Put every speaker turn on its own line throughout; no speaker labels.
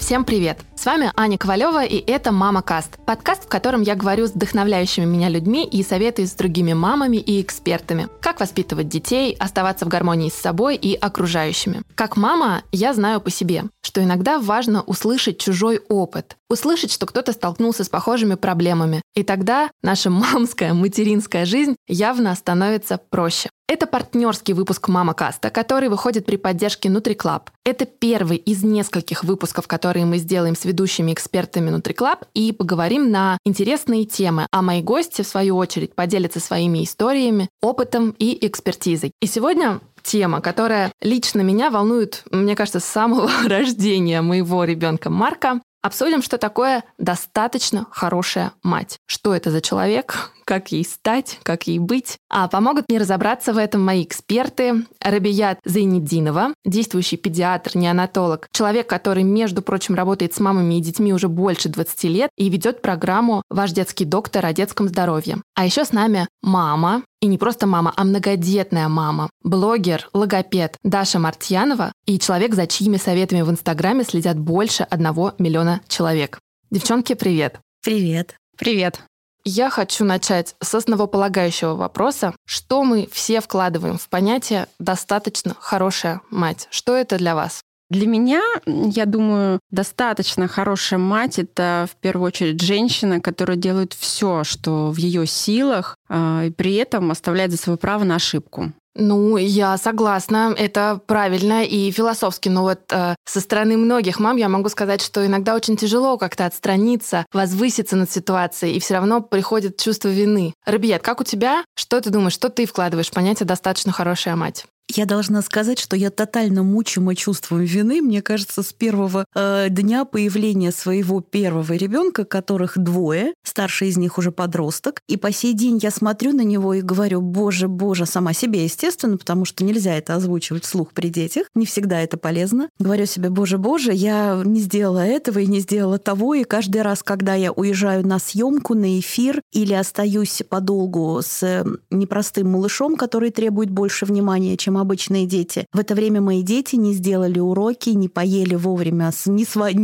Всем привет! С вами Аня Ковалева, и это «Мама Каст». Подкаст, в котором я говорю с вдохновляющими меня людьми и советую с другими мамами и экспертами. Как воспитывать детей, оставаться в гармонии с собой и окружающими. Как мама, я знаю по себе, что иногда важно услышать чужой опыт. Услышать, что кто-то столкнулся с похожими проблемами. И тогда наша мамская, материнская жизнь явно становится проще. Это партнерский выпуск «Мама Каста», который выходит при поддержке NutriClub. Это первый из нескольких выпусков, которые мы сделаем с ведущими экспертами NutriClub и поговорим на интересные темы, а мои гости, в свою очередь, поделятся своими историями, опытом и экспертизой. И сегодня тема, которая лично меня волнует, мне кажется, с самого рождения моего ребенка Марка. Обсудим, что такое достаточно хорошая мать. Что это за человек, как ей стать, как ей быть. А помогут мне разобраться в этом мои эксперты. Рабият Зайнетдинова, действующий педиатр, неонатолог. Человек, который, между прочим, работает с мамами и детьми уже больше 20 лет и ведет программу «Ваш детский доктор» о детском здоровье. А еще с нами мама, и не просто мама, а многодетная мама, блогер, логопед Даша Мартьянова и человек, за чьими советами в Инстаграме следят больше 1 миллиона человек. Девчонки, привет!
Привет!
Привет!
Я хочу начать с основополагающего вопроса. Что мы все вкладываем в понятие «достаточно хорошая мать»? Что это для вас?
Для меня, я думаю, достаточно хорошая мать — это в первую очередь женщина, которая делает все, что в ее силах, и при этом оставляет за собой право на ошибку.
Ну, я согласна, это правильно и философски, но вот со стороны многих мам я могу сказать, что иногда очень тяжело как-то отстраниться, возвыситься над ситуацией, и все равно приходит чувство вины. Рабият, как у тебя? Что ты думаешь, что ты вкладываешь в понятие «достаточно хорошая мать»?
Я должна сказать, что я тотально мучима чувством вины. Мне кажется, с первого дня появления своего первого ребенка, которых 2, старший из них уже подросток, и по сей день я смотрю на него и говорю: боже, сама себе, естественно, потому что нельзя это озвучивать вслух при детях, не всегда это полезно. Говорю себе: боже, я не сделала этого и не сделала того, и каждый раз, когда я уезжаю на съемку, на эфир или остаюсь подолгу с непростым малышом, который требует больше внимания, чем обычные дети. В это время мои дети не сделали уроки, не поели вовремя не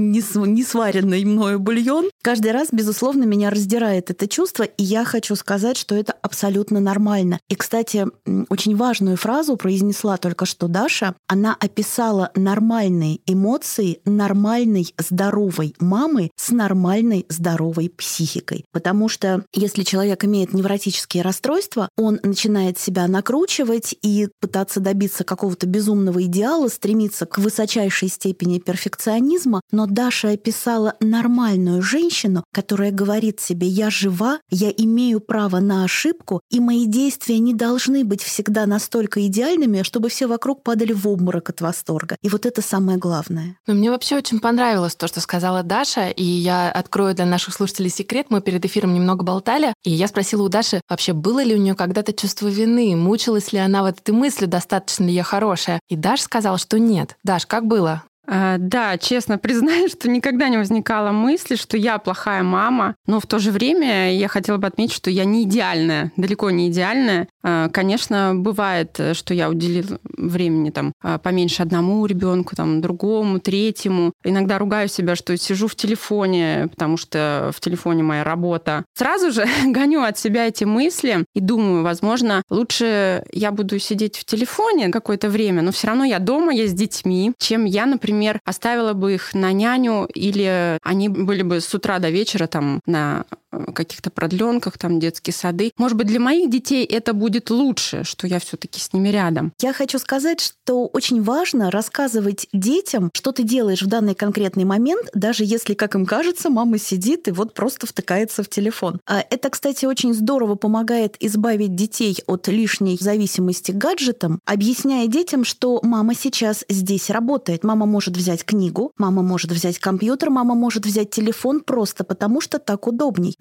сваренный мною бульон. Каждый раз, безусловно, меня раздирает это чувство, и я хочу сказать, что это абсолютно нормально. И, кстати, очень важную фразу произнесла только что Даша. Она описала нормальные эмоции нормальной, здоровой мамы с нормальной, здоровой психикой. Потому что если человек имеет невротические расстройства, он начинает себя накручивать и пытаться добиться какого-то безумного идеала, стремиться к высочайшей степени перфекционизма, но Даша описала нормальную женщину, которая говорит себе: я жива, я имею право на ошибку, и мои действия не должны быть всегда настолько идеальными, чтобы все вокруг падали в обморок от восторга. И вот это самое главное.
Но мне вообще очень понравилось то, что сказала Даша, и я открою для наших слушателей секрет. Мы перед эфиром немного болтали, и я спросила у Даши, вообще было ли у нее когда-то чувство вины, мучилась ли она вот этой мыслью, достаточно ли я хорошая. И Даша сказала, что нет. Даш, как было?
Да, честно признаюсь, что никогда не возникало мысли, что я плохая мама, но в то же время я хотела бы отметить, что я не идеальная, далеко не идеальная. Конечно, бывает, что я уделила времени поменьше одному ребенку, другому, третьему. Иногда ругаю себя, что сижу в телефоне, потому что в телефоне моя работа. Сразу же гоню от себя эти мысли и думаю, возможно, лучше я буду сидеть в телефоне какое-то время, но все равно я дома, я с детьми, чем я, например, оставила бы их на няню, или они были бы с утра до вечера на каких-то продленках, детские сады. Может быть, для моих детей это будет лучше, что я все-таки с ними рядом.
Я хочу сказать, что очень важно рассказывать детям, что ты делаешь в данный конкретный момент, даже если, как им кажется, мама сидит и просто втыкается в телефон. Это, кстати, очень здорово помогает избавить детей от лишней зависимости к гаджетам, объясняя детям, что мама сейчас здесь работает. Мама может взять книгу, мама может взять компьютер, мама может взять телефон просто потому, что так удобней.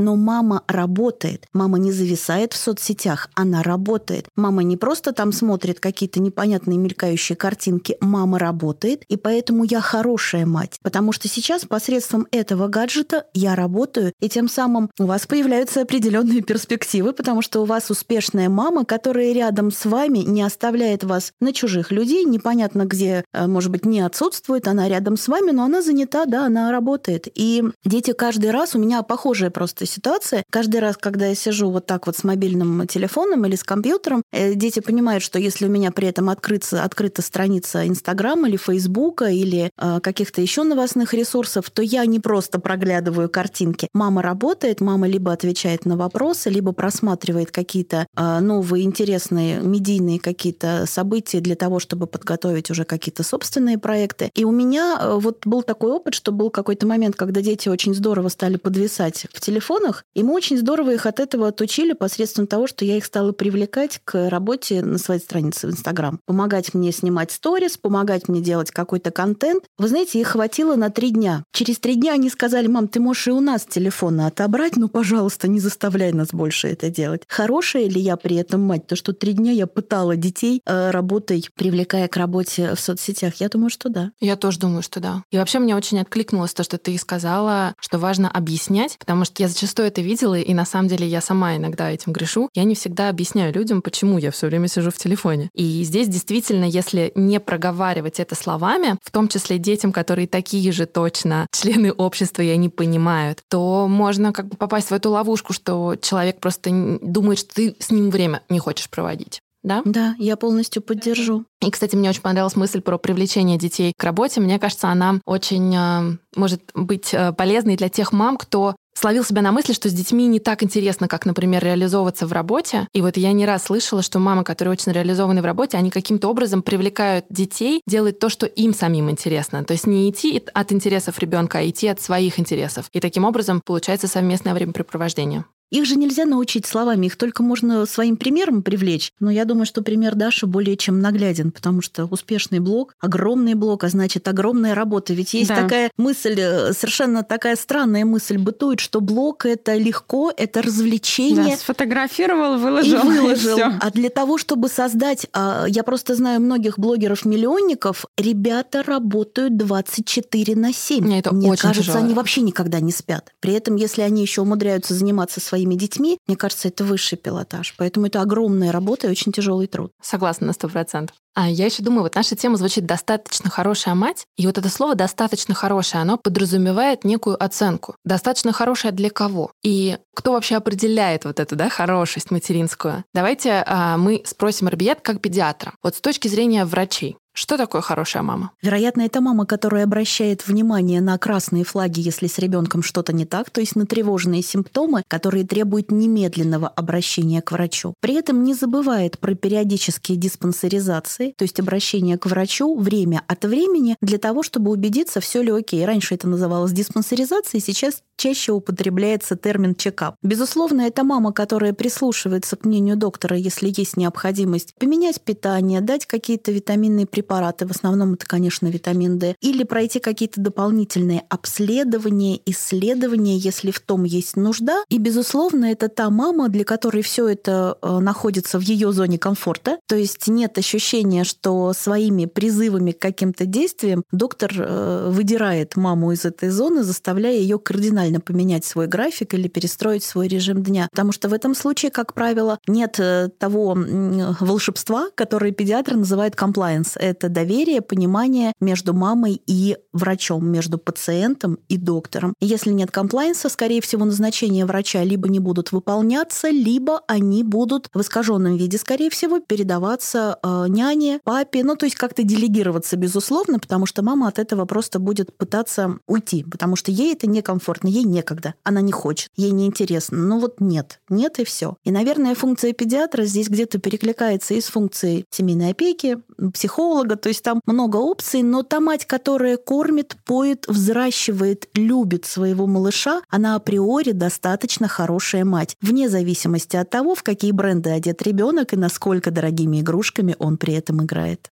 но мама работает. Мама не зависает в соцсетях, она работает. Мама не просто там смотрит какие-то непонятные мелькающие картинки, мама работает, и поэтому я хорошая мать. Потому что сейчас посредством этого гаджета я работаю, и тем самым у вас появляются определенные перспективы, потому что у вас успешная мама, которая рядом с вами не оставляет вас на чужих людей, непонятно где, может быть, не отсутствует, она рядом с вами, но она занята, да, она работает. И дети каждый раз, у меня похожая просто ситуация, каждый раз, когда я сижу вот так вот с мобильным телефоном или с компьютером, дети понимают, что если у меня при этом открыта страница Инстаграма или Фейсбука или каких-то еще новостных ресурсов, то я не просто проглядываю картинки. Мама работает, мама либо отвечает на вопросы, либо просматривает какие-то новые интересные медийные какие-то события для того, чтобы подготовить уже какие-то собственные проекты. И у меня вот был такой опыт, что был какой-то момент, когда дети очень здорово стали подвисать в телефонах, и мы очень здорово их от этого отучили посредством того, что я их стала привлекать к работе на своей странице в Инстаграм. Помогать мне снимать сторис, помогать мне делать какой-то контент. Вы знаете, их хватило на 3 дня. Через 3 дня они сказали: мам, ты можешь и у нас телефоны отобрать, но, пожалуйста, не заставляй нас больше это делать. Хорошая ли я при этом мать? То, что 3 дня я пытала детей работой, привлекая к работе в соцсетях. Я думаю, что да.
Я тоже думаю, что да. И вообще мне очень откликнулось то, что ты сказала, что важно объяснять, потому что я зачастую это видела, и на самом деле я сама иногда этим грешу. Я не всегда объясняю людям, почему я все время сижу в телефоне. И здесь действительно, если не проговаривать это словами, в том числе детям, которые такие же точно члены общества, и они понимают, то можно как бы попасть в эту ловушку, что человек просто думает, что ты с ним время не хочешь проводить. Да?
Да, я полностью поддержу.
И, кстати, мне очень понравилась мысль про привлечение детей к работе. Мне кажется, она очень может быть полезной для тех мам, кто словил себя на мысли, что с детьми не так интересно, как, например, реализовываться в работе. И вот я не раз слышала, что мамы, которые очень реализованы в работе, они каким-то образом привлекают детей делать то, что им самим интересно. То есть не идти от интересов ребенка, а идти от своих интересов. И таким образом получается совместное времяпрепровождение.
Их же нельзя научить словами, их только можно своим примером привлечь. Но я думаю, что пример Даши более чем нагляден, потому что успешный блог, огромный блог, а значит, огромная работа. Ведь есть такая мысль, совершенно такая странная мысль бытует, что блог — это легко, это развлечение.
Да, сфотографировал, выложил.
И выложил. А для того, чтобы создать... Я просто знаю многих блогеров-миллионников, ребята работают 24/7.
Мне это
Мне
очень
кажется,
тяжело.
они вообще никогда не спят. При этом, если они еще умудряются заниматься своими детьми, мне кажется, это высший пилотаж. Поэтому это огромная работа и очень тяжелый труд.
Согласна на 100%. А я еще думаю, вот наша тема звучит «достаточно хорошая мать», и вот это слово «достаточно хорошая», оно подразумевает некую оценку. Достаточно хорошая для кого? И кто вообще определяет вот эту, хорошесть материнскую? Давайте мы спросим Рабият как педиатра. Вот с точки зрения врачей. Что такое хорошая мама?
Вероятно, это мама, которая обращает внимание на красные флаги, если с ребенком что-то не так, то есть на тревожные симптомы, которые требуют немедленного обращения к врачу. При этом не забывает про периодические диспансеризации, то есть обращение к врачу время от времени для того, чтобы убедиться, все ли окей. Раньше это называлось диспансеризацией, сейчас чаще употребляется термин чекап. Безусловно, это мама, которая прислушивается к мнению доктора, если есть необходимость поменять питание, дать какие-то витаминные препараты, в основном это, конечно, витамин D, или пройти какие-то дополнительные обследования, исследования, если в том есть нужда. И, безусловно, это та мама, для которой все это находится в ее зоне комфорта. То есть нет ощущения, что своими призывами к каким-то действиям доктор выдирает маму из этой зоны, заставляя ее кардинально поменять свой график или перестроить свой режим дня. Потому что в этом случае, как правило, нет того волшебства, которое педиатр называет compliance. Это доверие, понимание между мамой и врачом, между пациентом и доктором. И если нет комплайнса, скорее всего, назначения врача либо не будут выполняться, либо они будут в искаженном виде, скорее всего, передаваться няне, папе, то есть как-то делегироваться, безусловно, потому что мама от этого просто будет пытаться уйти, потому что ей это некомфортно, ей некогда, она не хочет, ей неинтересно. Нет и все. И, наверное, функция педиатра здесь где-то перекликается и с функцией семейной опеки, психолога, то есть там много опций, но та мать, которая кормит, поет, взращивает, любит своего малыша, она априори достаточно хорошая мать, вне зависимости от того, в какие бренды одет ребенок и насколько дорогими игрушками он при этом играет.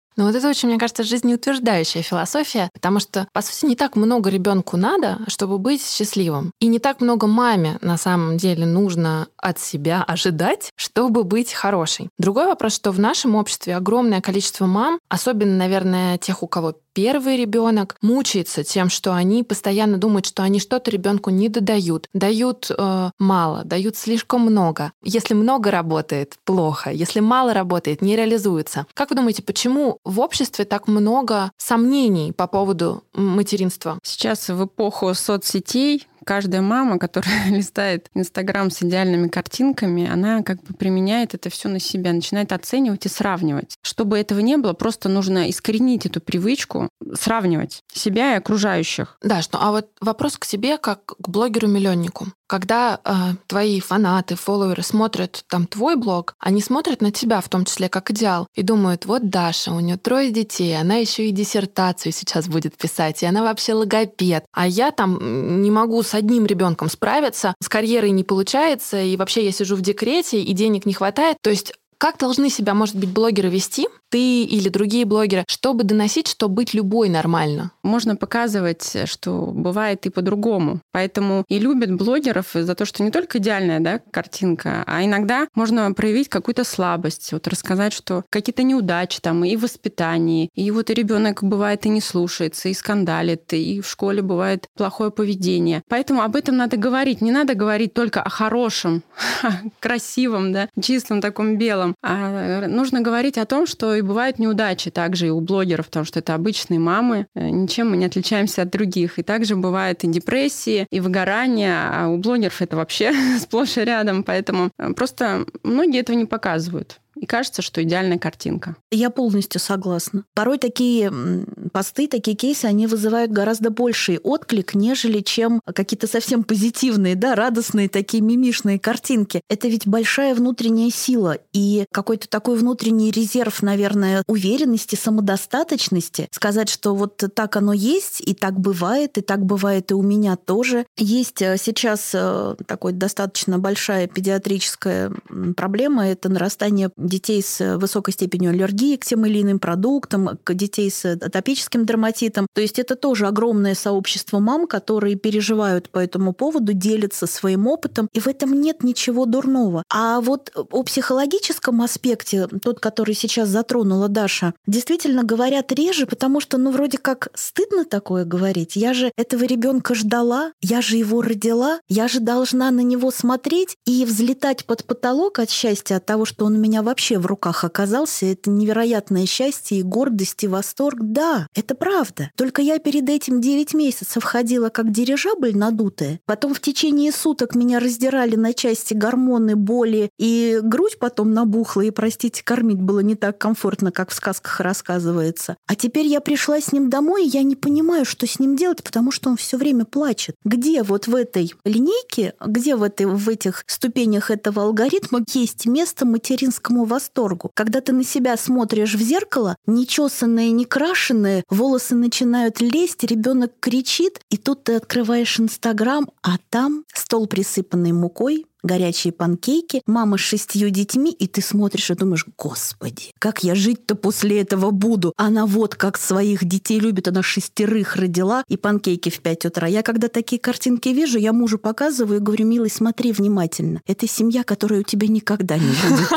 Ну вот это очень, мне кажется, жизнеутверждающая философия, потому что, по сути, не так много ребенку надо, чтобы быть счастливым. И не так много маме на самом деле нужно от себя ожидать, чтобы быть хорошей. Другой вопрос, что в нашем обществе огромное количество мам, особенно, наверное, тех, у кого первый ребенок, мучается тем, что они постоянно думают, что они что-то ребенку не додают, дают мало, дают слишком много. Если много работает, плохо. Если мало работает, не реализуется. Как вы думаете, почему в обществе так много сомнений по поводу материнства?
Сейчас в эпоху соцсетей каждая мама, которая листает Инстаграм с идеальными картинками, она как бы применяет это все на себя, начинает оценивать и сравнивать. Чтобы этого не было, просто нужно искоренить эту привычку, сравнивать себя и окружающих.
Да, а вот вопрос к себе как к блогеру-миллионнику. Когда твои фанаты, фолловеры смотрят там твой блог, они смотрят на тебя в том числе как идеал и думают, вот Даша, у нее 3 детей, она еще и диссертацию сейчас будет писать, и она вообще логопед, а я там не могу с одним ребенком справиться, с карьерой не получается, и вообще я сижу в декрете, и денег не хватает. То есть как должны себя, может быть, блогеры вести, ты или другие блогеры, чтобы доносить, что быть любой нормально?
Можно показывать, что бывает и по-другому. Поэтому и любят блогеров за то, что не только идеальная картинка, а иногда можно проявить какую-то слабость, вот рассказать, что какие-то неудачи там и в воспитании, и вот и ребенок бывает и не слушается, и скандалит, и в школе бывает плохое поведение. Поэтому об этом надо говорить. Не надо говорить только о хорошем, красивом, чистом таком белом, а нужно говорить о том, что и бывают неудачи также и у блогеров, потому что это обычные мамы, ничем мы не отличаемся от других. И также бывают и депрессии, и выгорания, а у блогеров это вообще сплошь и рядом, поэтому просто многие этого не показывают. И кажется, что идеальная картинка.
Я полностью согласна. Порой такие посты, такие кейсы, они вызывают гораздо больший отклик, нежели чем какие-то совсем позитивные, радостные такие мимишные картинки. Это ведь большая внутренняя сила и какой-то такой внутренний резерв, наверное, уверенности, самодостаточности. Сказать, что вот так оно есть, и так бывает и у меня тоже. Есть сейчас такой достаточно большая педиатрическая проблема, это нарастание детей с высокой степенью аллергии к тем или иным продуктам, к детей с атопическим дерматитом. То есть это тоже огромное сообщество мам, которые переживают по этому поводу, делятся своим опытом, и в этом нет ничего дурного. А вот о психологическом аспекте, тот, который сейчас затронула Даша, действительно говорят реже, потому что, вроде как стыдно такое говорить. Я же этого ребенка ждала, я же его родила, я же должна на него смотреть и взлетать под потолок от счастья, от того, что он у меня вообще в руках оказался. Это невероятное счастье и гордость, и восторг. Да, это правда. Только я перед этим 9 месяцев ходила как дирижабль надутая. Потом в течение суток меня раздирали на части гормоны, боли, и грудь потом набухла, и, простите, кормить было не так комфортно, как в сказках рассказывается. А теперь я пришла с ним домой, и я не понимаю, что с ним делать, потому что он все время плачет. Где вот в этой линейке, где в этих ступенях этого алгоритма есть место материнскому восторгу? Когда ты на себя смотришь в зеркало, нечесанные, не крашеные, волосы начинают лезть, ребенок кричит, и тут ты открываешь Инстаграм, а там стол, присыпанный мукой, горячие панкейки, мама с 6 детьми, и ты смотришь и думаешь, господи, как я жить-то после этого буду? Она вот как своих детей любит, она 6 родила, и панкейки в 5 утра. Я когда такие картинки вижу, я мужу показываю и говорю, милый, смотри внимательно. Это семья, которая у тебя никогда не будет.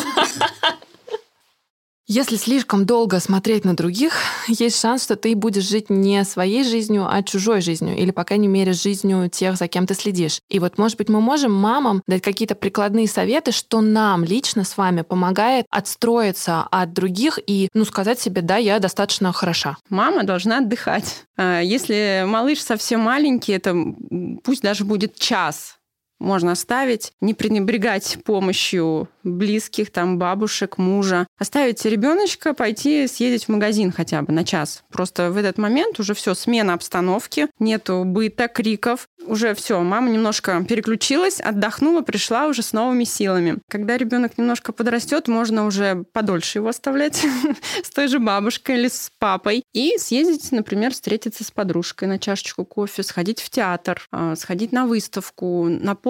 Если слишком долго смотреть на других, есть шанс, что ты будешь жить не своей жизнью, а чужой жизнью, или, по крайней мере, жизнью тех, за кем ты следишь. И вот, может быть, мы можем мамам дать какие-то прикладные советы, что нам лично с вами помогает отстроиться от других и, сказать себе, да, я достаточно хороша.
Мама должна отдыхать. Если малыш совсем маленький, это пусть даже будет час, можно оставить, не пренебрегать помощью близких, бабушек, мужа. Оставить ребеночка, пойти съездить в магазин хотя бы на час. Просто в этот момент уже все, смена обстановки, нету быта, криков. Уже все, мама немножко переключилась, отдохнула, пришла уже с новыми силами. Когда ребенок немножко подрастет, можно уже подольше его оставлять с той же бабушкой или с папой и съездить, например, встретиться с подружкой на чашечку кофе, сходить в театр, сходить на выставку, наполнить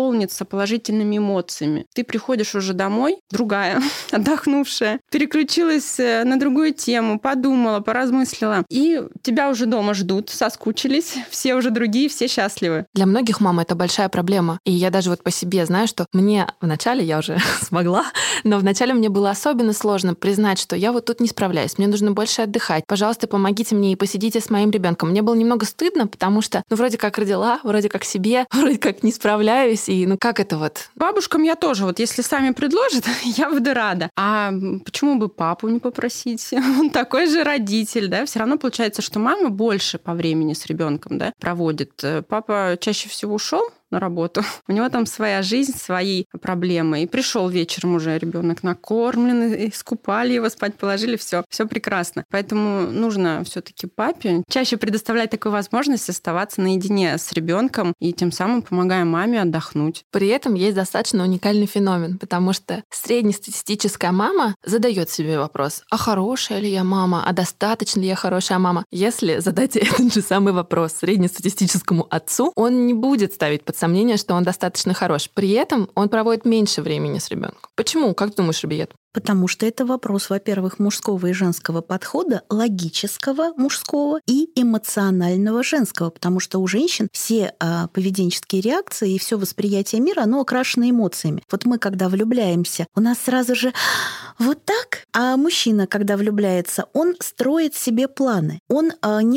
наполниться положительными эмоциями. Ты приходишь уже домой, другая, отдохнувшая, переключилась на другую тему, подумала, поразмыслила, и тебя уже дома ждут, соскучились, все уже другие, все счастливы.
Для многих мам это большая проблема. И я даже вот по себе знаю, что мне вначале, я уже смогла, но вначале мне было особенно сложно признать, что я вот тут не справляюсь, мне нужно больше отдыхать. Пожалуйста, помогите мне и посидите с моим ребенком. Мне было немного стыдно, потому что, вроде как родила, вроде как себе, вроде как не справляюсь, и как это вот?
Бабушкам я тоже, вот если сами предложат, я буду рада. А почему бы папу не попросить? Он такой же родитель, да? Все равно получается, что мама больше по времени с ребенком, да, проводит. Папа чаще всего ушел на работу. У него там своя жизнь, свои проблемы. И пришел вечером уже ребенок накормлен, искупали его, спать положили, все прекрасно. Поэтому нужно все-таки папе чаще предоставлять такую возможность оставаться наедине с ребенком и тем самым помогая маме отдохнуть.
При этом есть достаточно уникальный феномен, потому что среднестатистическая мама задает себе вопрос: а хорошая ли я мама, а достаточно ли я хорошая мама? Если задать этот же самый вопрос среднестатистическому отцу, он не будет ставить под сомнение, что он достаточно хорош. При этом он проводит меньше времени с ребенком. Почему? Как думаешь, Рубиет?
Потому что это вопрос, во-первых, мужского и женского подхода, логического мужского и эмоционального женского, потому что у женщин все поведенческие реакции и все восприятие мира, оно окрашено эмоциями. Вот мы, когда влюбляемся, у нас сразу же вот так, а мужчина, когда влюбляется, он строит себе планы, он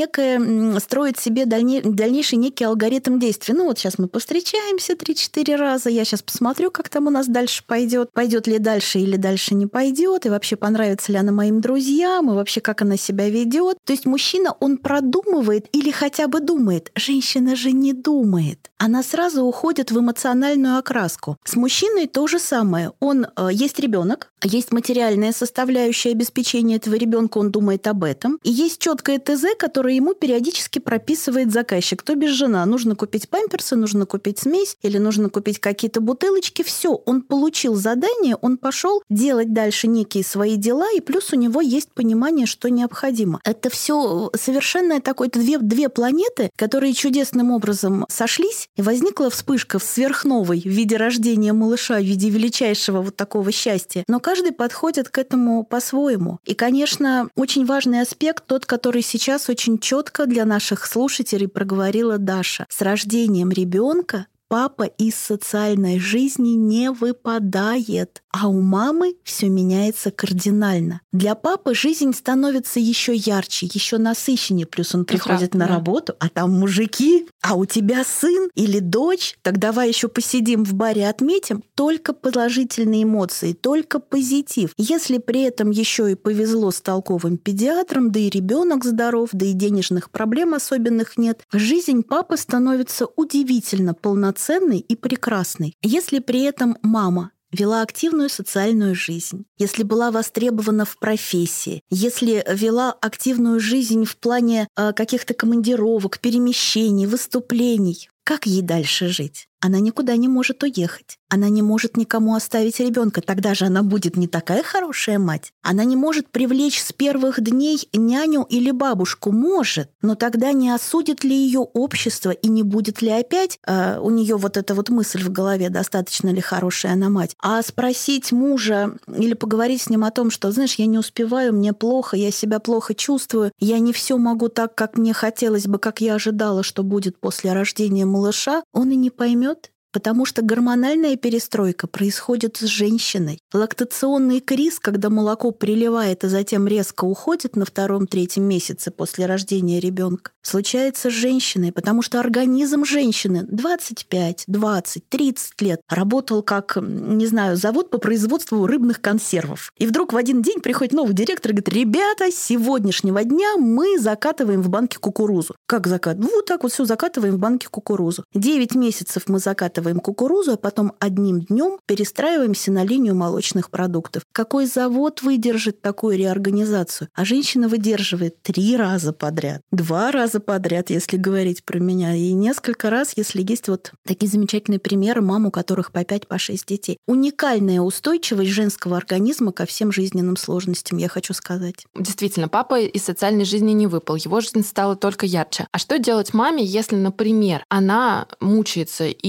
строит себе дальнейший некий алгоритм действий. Ну вот сейчас мы повстречаемся 3-4 раза, я сейчас посмотрю, как там у нас дальше пойдет ли дальше или дальше не пойдет, и вообще понравится ли она моим друзьям, и вообще как она себя ведет. То есть мужчина, он продумывает или хотя бы думает. Женщина же не думает. Она сразу уходит в эмоциональную окраску. С мужчиной то же самое. Есть ребенок, есть материальная составляющая обеспечения этого ребенка, он думает об этом. И есть четкое ТЗ, которое ему периодически прописывает заказчик. То бишь жена. Нужно купить памперсы, нужно купить смесь или нужно купить какие-то бутылочки. Все, он получил задание, он пошел делать дальше некие свои дела, и плюс у него есть понимание, что необходимо. Это все совершенно две планеты, которые чудесным образом сошлись, и возникла вспышка сверхновой в виде рождения малыша, в виде величайшего вот такого счастья. Но каждый подходит к этому по-своему. И, конечно, очень важный аспект, тот, который сейчас очень четко для наших слушателей проговорила Даша. С рождением ребенка папа из социальной жизни не выпадает, а у мамы все меняется кардинально. Для папы жизнь становится еще ярче, еще насыщеннее, плюс он приходит на работу, а там мужики, а у тебя сын или дочь, так давай еще посидим в баре, отметим. Только положительные эмоции, только позитив. Если при этом еще и повезло с толковым педиатром, да и ребенок здоров, да и денежных проблем особенных нет, жизнь папы становится удивительно полноценной и прекрасной. Если при этом мама вела активную социальную жизнь, если была востребована в профессии, если вела активную жизнь в плане каких-то командировок, перемещений, выступлений, как ей дальше жить? Она никуда не может уехать. Она не может никому оставить ребенка. Тогда же она будет не такая хорошая мать. Она не может привлечь с первых дней няню или бабушку. Может, но тогда не осудит ли ее общество и не будет ли опять у нее вот эта вот мысль в голове, достаточно ли хорошая она мать. А спросить мужа или поговорить с ним о том, что, знаешь, я не успеваю, мне плохо, я себя плохо чувствую, я не все могу так, как мне хотелось бы, как я ожидала, что будет после рождения малыша, он и не поймет. Потому что гормональная перестройка происходит с женщиной. Лактационный криз, когда молоко приливает и затем резко уходит на 2-3 месяце после рождения ребенка, случается с женщиной, потому что организм женщины 25, 20, 30 лет работал как, не знаю, завод по производству рыбных консервов. И вдруг в один день приходит новый директор и говорит: ребята, с сегодняшнего дня мы закатываем в банке кукурузу. Как закатываем? Вот так вот все закатываем в банке кукурузу. 9 месяцев мы закатываем кукурузу, а потом одним днем перестраиваемся на линию молочных продуктов. Какой завод выдержит такую реорганизацию? А женщина выдерживает 3 раза подряд, 2 раза подряд, если говорить про меня, и несколько раз, если есть вот такие замечательные примеры мам, у которых по 5, по 6 детей. Уникальная устойчивость женского организма ко всем жизненным сложностям, я хочу сказать.
Действительно, папа из социальной жизни не выпал, его жизнь стала только ярче. А что делать маме, если, например, она мучается и с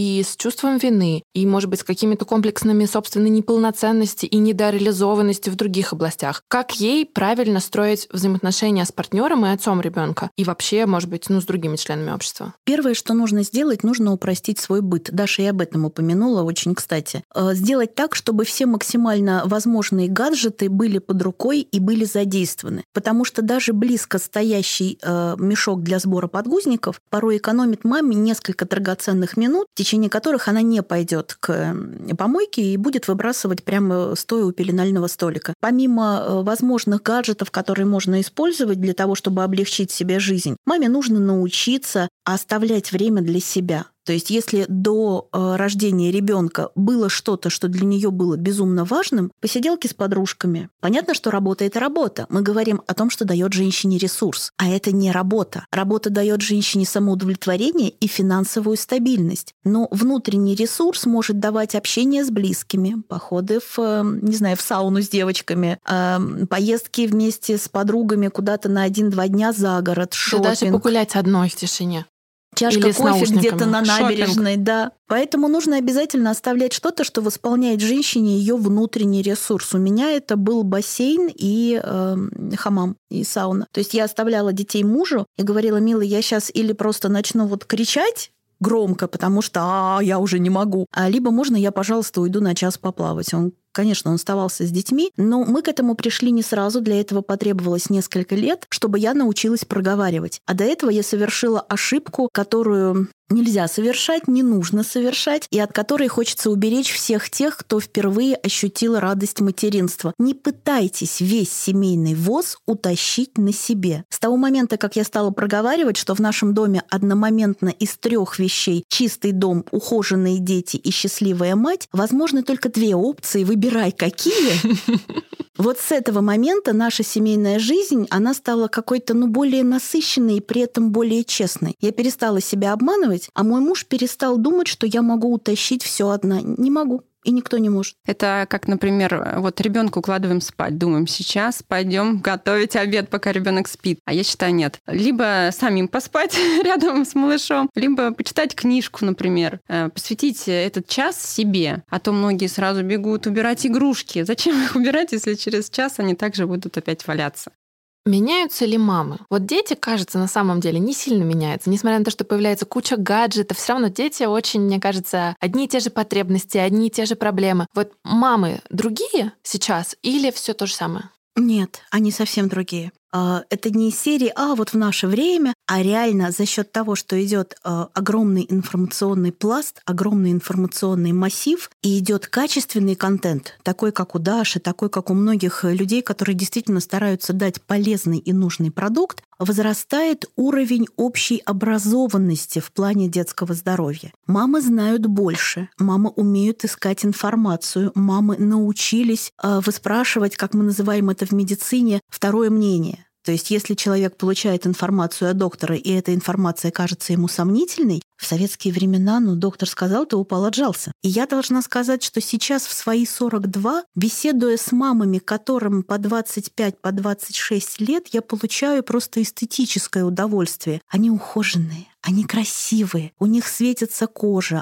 чувством вины и, может быть, с какими-то комплексами собственной неполноценности и недореализованности в других областях. Как ей правильно строить взаимоотношения с партнером и отцом ребенка? И вообще, может быть, с другими членами общества?
Первое, что нужно сделать, нужно упростить свой быт. Даша и об этом упомянула очень кстати. Сделать так, чтобы все максимально возможные гаджеты были под рукой и были задействованы. Потому что даже близко стоящий мешок для сбора подгузников порой экономит маме несколько драгоценных минут, в течение которых она не пойдет к помойке и будет выбрасывать прямо стоя у пеленального столика. Помимо возможных гаджетов, которые можно использовать для того, чтобы облегчить себе жизнь, маме нужно научиться оставлять время для себя. То есть если до рождения ребенка было что-то, что для нее было безумно важным, посиделки с подружками. Понятно, что работа — это работа. Мы говорим о том, что дает женщине ресурс. А это не работа. Работа дает женщине самоудовлетворение и финансовую стабильность. Но внутренний ресурс может давать общение с близкими, походы в сауну с девочками, поездки вместе с подругами куда-то на 1-2 дня за город, шопинг.
Да даже погулять одной в тишине.
Чашка кофе где-то на набережной, да. Поэтому нужно обязательно оставлять что-то, что восполняет женщине ее внутренний ресурс. У меня это был бассейн и хамам, и сауна. То есть я оставляла детей мужу и говорила: милый, я сейчас или просто начну кричать громко, потому что я уже не могу, либо можно я, пожалуйста, уйду на час поплавать. Конечно, он оставался с детьми, но мы к этому пришли не сразу, для этого потребовалось несколько лет, чтобы я научилась проговаривать. А до этого я совершила ошибку, которую нельзя совершать, не нужно совершать, и от которой хочется уберечь всех тех, кто впервые ощутил радость материнства. Не пытайтесь весь семейный воз утащить на себе. С того момента, как я стала проговаривать, что в нашем доме одномоментно из 3 вещей чистый дом, ухоженные дети и счастливая мать, возможно только 2 опции, выбирай какие. Вот с этого момента наша семейная жизнь, она стала какой-то, более насыщенной и при этом более честной. Я перестала себя обманывать, а мой муж перестал думать, что я могу утащить все одна. Не могу. И никто не может.
Это как, например, ребенка укладываем спать. Думаем, сейчас пойдем готовить обед, пока ребенок спит. А я считаю, нет. Либо самим поспать рядом с малышом, либо почитать книжку, например. Посвятить этот час себе. А то многие сразу бегут убирать игрушки. Зачем их убирать, если через час они также будут опять валяться?
Меняются ли мамы? Дети, кажется, на самом деле не сильно меняются. Несмотря на то, что появляется куча гаджетов, все равно дети очень, мне кажется, одни и те же потребности, одни и те же проблемы. Мамы другие сейчас или все то же самое?
Нет, они совсем другие. Это не из серии в наше время, а реально за счет того, что идет огромный информационный пласт, огромный информационный массив, и идет качественный контент, такой, как у Даши, такой, как у многих людей, которые действительно стараются дать полезный и нужный продукт, возрастает уровень общей образованности в плане детского здоровья. Мамы знают больше, мамы умеют искать информацию, мамы научились выспрашивать, как мы называем это в медицине, второе мнение. То есть если человек получает информацию от доктора, и эта информация кажется ему сомнительной, в советские времена, доктор сказал, ты упал, отжался. И я должна сказать, что сейчас в свои 42, беседуя с мамами, которым по 25, по 26 лет, я получаю просто эстетическое удовольствие. Они ухоженные, они красивые, у них светится кожа.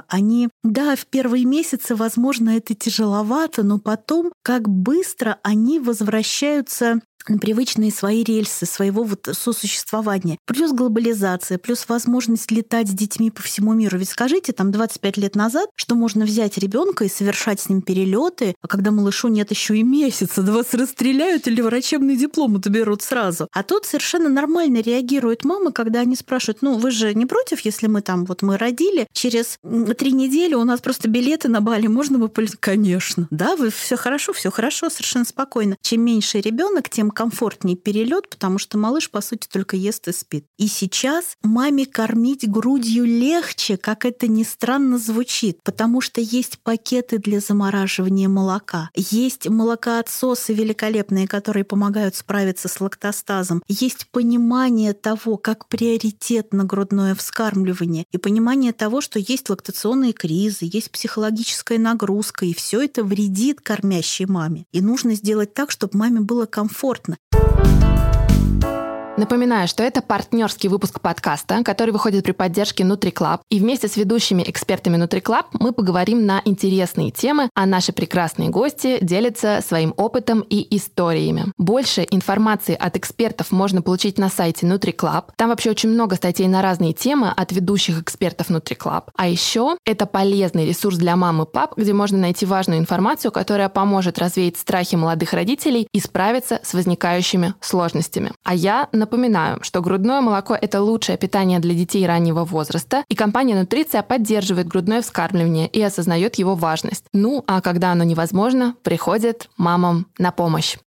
В первые месяцы, возможно, это тяжеловато, но потом, как быстро они возвращаются на привычные свои рельсы своего сосуществования. Плюс глобализация, плюс возможность летать с детьми по всему миру. Ведь скажите, 25 лет назад, что можно взять ребенка и совершать с ним перелеты, а когда малышу нет еще и месяца, да вас расстреляют или врачебный диплом берут сразу. А тут совершенно нормально реагируют мамы, когда они спрашивают, вы же не против, если мы мы родили, через 3 недели у нас просто билеты на Бали, можно бы полететь? Конечно. Да, все хорошо, совершенно спокойно. Чем меньше ребенок, тем комфортнее перелет, потому что малыш, по сути, только ест и спит. И сейчас маме кормить грудью легче, как это ни странно звучит, потому что есть пакеты для замораживания молока, есть молокоотсосы великолепные, которые помогают справиться с лактостазом, есть понимание того, как приоритетно грудное вскармливание, и понимание того, что есть лактационные кризы, есть психологическая нагрузка, и все это вредит кормящей маме. И нужно сделать так, чтобы маме было комфортно.
Напоминаю, что это партнерский выпуск подкаста, который выходит при поддержке NutriClub. И вместе с ведущими экспертами NutriClub мы поговорим на интересные темы, а наши прекрасные гости делятся своим опытом и историями. Больше информации от экспертов можно получить на сайте NutriClub. Там вообще очень много статей на разные темы от ведущих экспертов NutriClub. А еще это полезный ресурс для мам и пап, где можно найти важную информацию, которая поможет развеять страхи молодых родителей и справиться с возникающими сложностями. А я напоминаю, что грудное молоко – это лучшее питание для детей раннего возраста, и компания Нутриция поддерживает грудное вскармливание и осознает его важность. Ну, а когда оно невозможно, приходит мамам на помощь.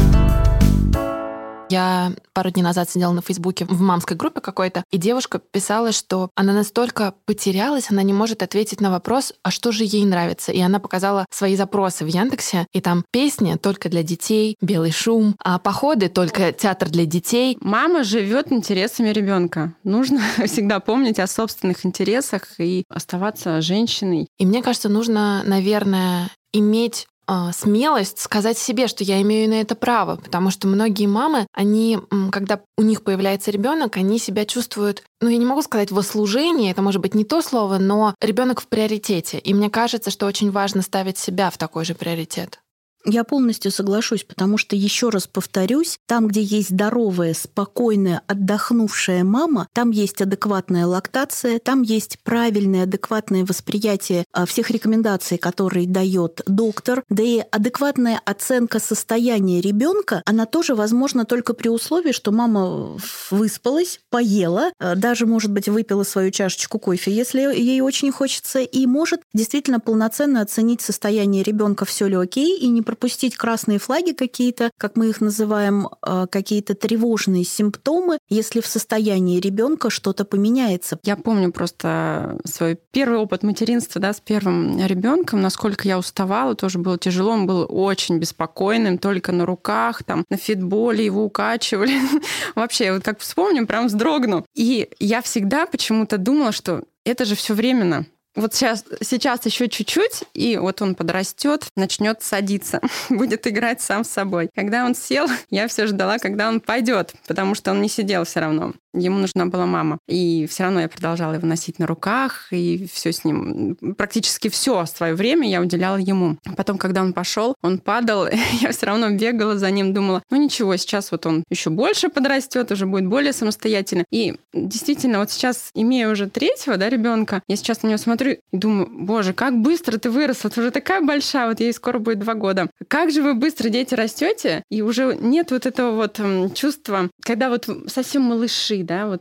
Я пару дней назад сидела на Фейсбуке в мамской группе какой-то, и девушка писала, что она настолько потерялась, она не может ответить на вопрос, а что же ей нравится. И она показала свои запросы в Яндексе, и там песни только для детей, белый шум, а походы только театр для детей.
Мама живет интересами ребенка. Нужно всегда помнить о собственных интересах и оставаться женщиной.
И мне кажется, нужно, наверное, иметь смелость сказать себе, что я имею на это право, потому что многие мамы, они, когда у них появляется ребенок, они себя чувствуют, я не могу сказать в служении, это может быть не то слово, но ребенок в приоритете. И мне кажется, что очень важно ставить себя в такой же приоритет.
Я полностью соглашусь, потому что, еще раз повторюсь, там, где есть здоровая, спокойная, отдохнувшая мама, там есть адекватная лактация, там есть правильное, адекватное восприятие всех рекомендаций, которые дает доктор, да и адекватная оценка состояния ребенка, она тоже возможна только при условии, что мама выспалась, поела, даже, может быть, выпила свою чашечку кофе, если ей очень хочется, и может действительно полноценно оценить состояние ребенка, все ли окей, и не пропустить красные флаги какие-то, как мы их называем, какие-то тревожные симптомы, если в состоянии ребенка что-то поменяется.
Я помню просто свой первый опыт материнства, с первым ребенком, насколько я уставала, тоже было тяжело, он был очень беспокойным, только на руках, на фитболе его укачивали. Вообще, как вспомню, прям вздрогну. И я всегда почему-то думала, что это же все временно. Вот сейчас еще чуть-чуть, и вот он подрастет, начнет садиться, будет играть сам с собой. Когда он сел, я все ждала, когда он пойдет, потому что он не сидел все равно. Ему нужна была мама. И все равно я продолжала его носить на руках, и все с ним, практически все свое время я уделяла ему. Потом, когда он пошел, он падал, я все равно бегала за ним, думала, ничего, сейчас вот он еще больше подрастет, уже будет более самостоятельный. И действительно, вот сейчас, имея уже третьего, ребенка, я сейчас на него смотрю и думаю, боже, как быстро ты выросла, ты уже такая большая, вот ей скоро будет 2 года. Как же вы быстро, дети, растете, и уже нет вот этого вот чувства, когда вот совсем малыши,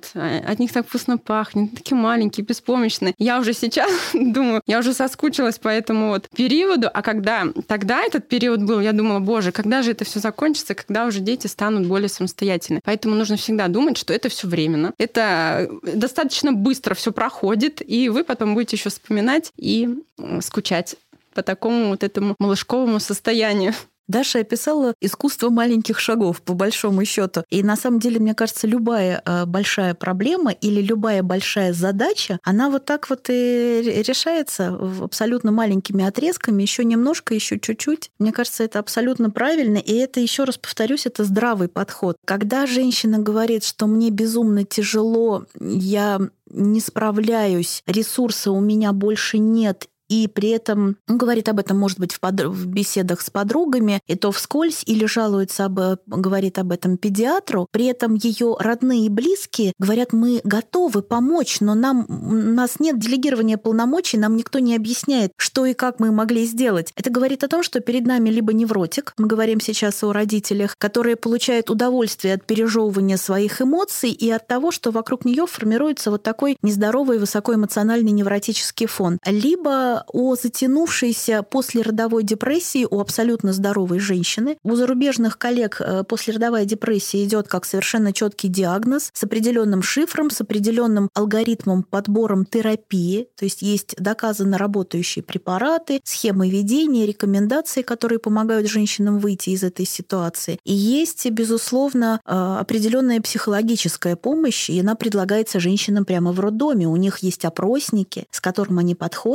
от них так вкусно пахнет, такие маленькие, беспомощные. Я уже сейчас думаю, я уже соскучилась по этому вот периоду, а когда тогда этот период был, я думала, боже, когда же это все закончится, когда уже дети станут более самостоятельны. Поэтому нужно всегда думать, что это все временно. Это достаточно быстро все проходит, и вы потом будете еще вспоминать и скучать по такому вот этому малышковому состоянию.
Даша описала искусство маленьких шагов, по большому счету. И на самом деле, мне кажется, любая большая проблема или любая большая задача, она вот так вот и решается абсолютно маленькими отрезками, еще немножко, еще чуть-чуть. Мне кажется, это абсолютно правильно. И это, еще раз повторюсь, это здравый подход. Когда женщина говорит, что мне безумно тяжело, я не справляюсь, ресурса у меня больше нет, и при этом говорит об этом, может быть, в беседах с подругами, и то вскользь, или жалуется, говорит об этом педиатру. При этом ее родные и близкие говорят, мы готовы помочь, но у нас нет делегирования полномочий, нам никто не объясняет, что и как мы могли сделать. Это говорит о том, что перед нами либо невротик, мы говорим сейчас о родителях, которые получают удовольствие от пережевывания своих эмоций и от того, что вокруг нее формируется вот такой нездоровый высокоэмоциональный невротический фон. Либо о затянувшейся послеродовой депрессии у абсолютно здоровой женщины. У зарубежных коллег послеродовая депрессия идет как совершенно четкий диагноз с определенным шифром, с определенным алгоритмом, подбором терапии. То есть доказанно работающие препараты, схемы ведения, рекомендации, которые помогают женщинам выйти из этой ситуации. И есть, безусловно, определенная психологическая помощь, и она предлагается женщинам прямо в роддоме. У них есть опросники, с которым они подходят и говорят,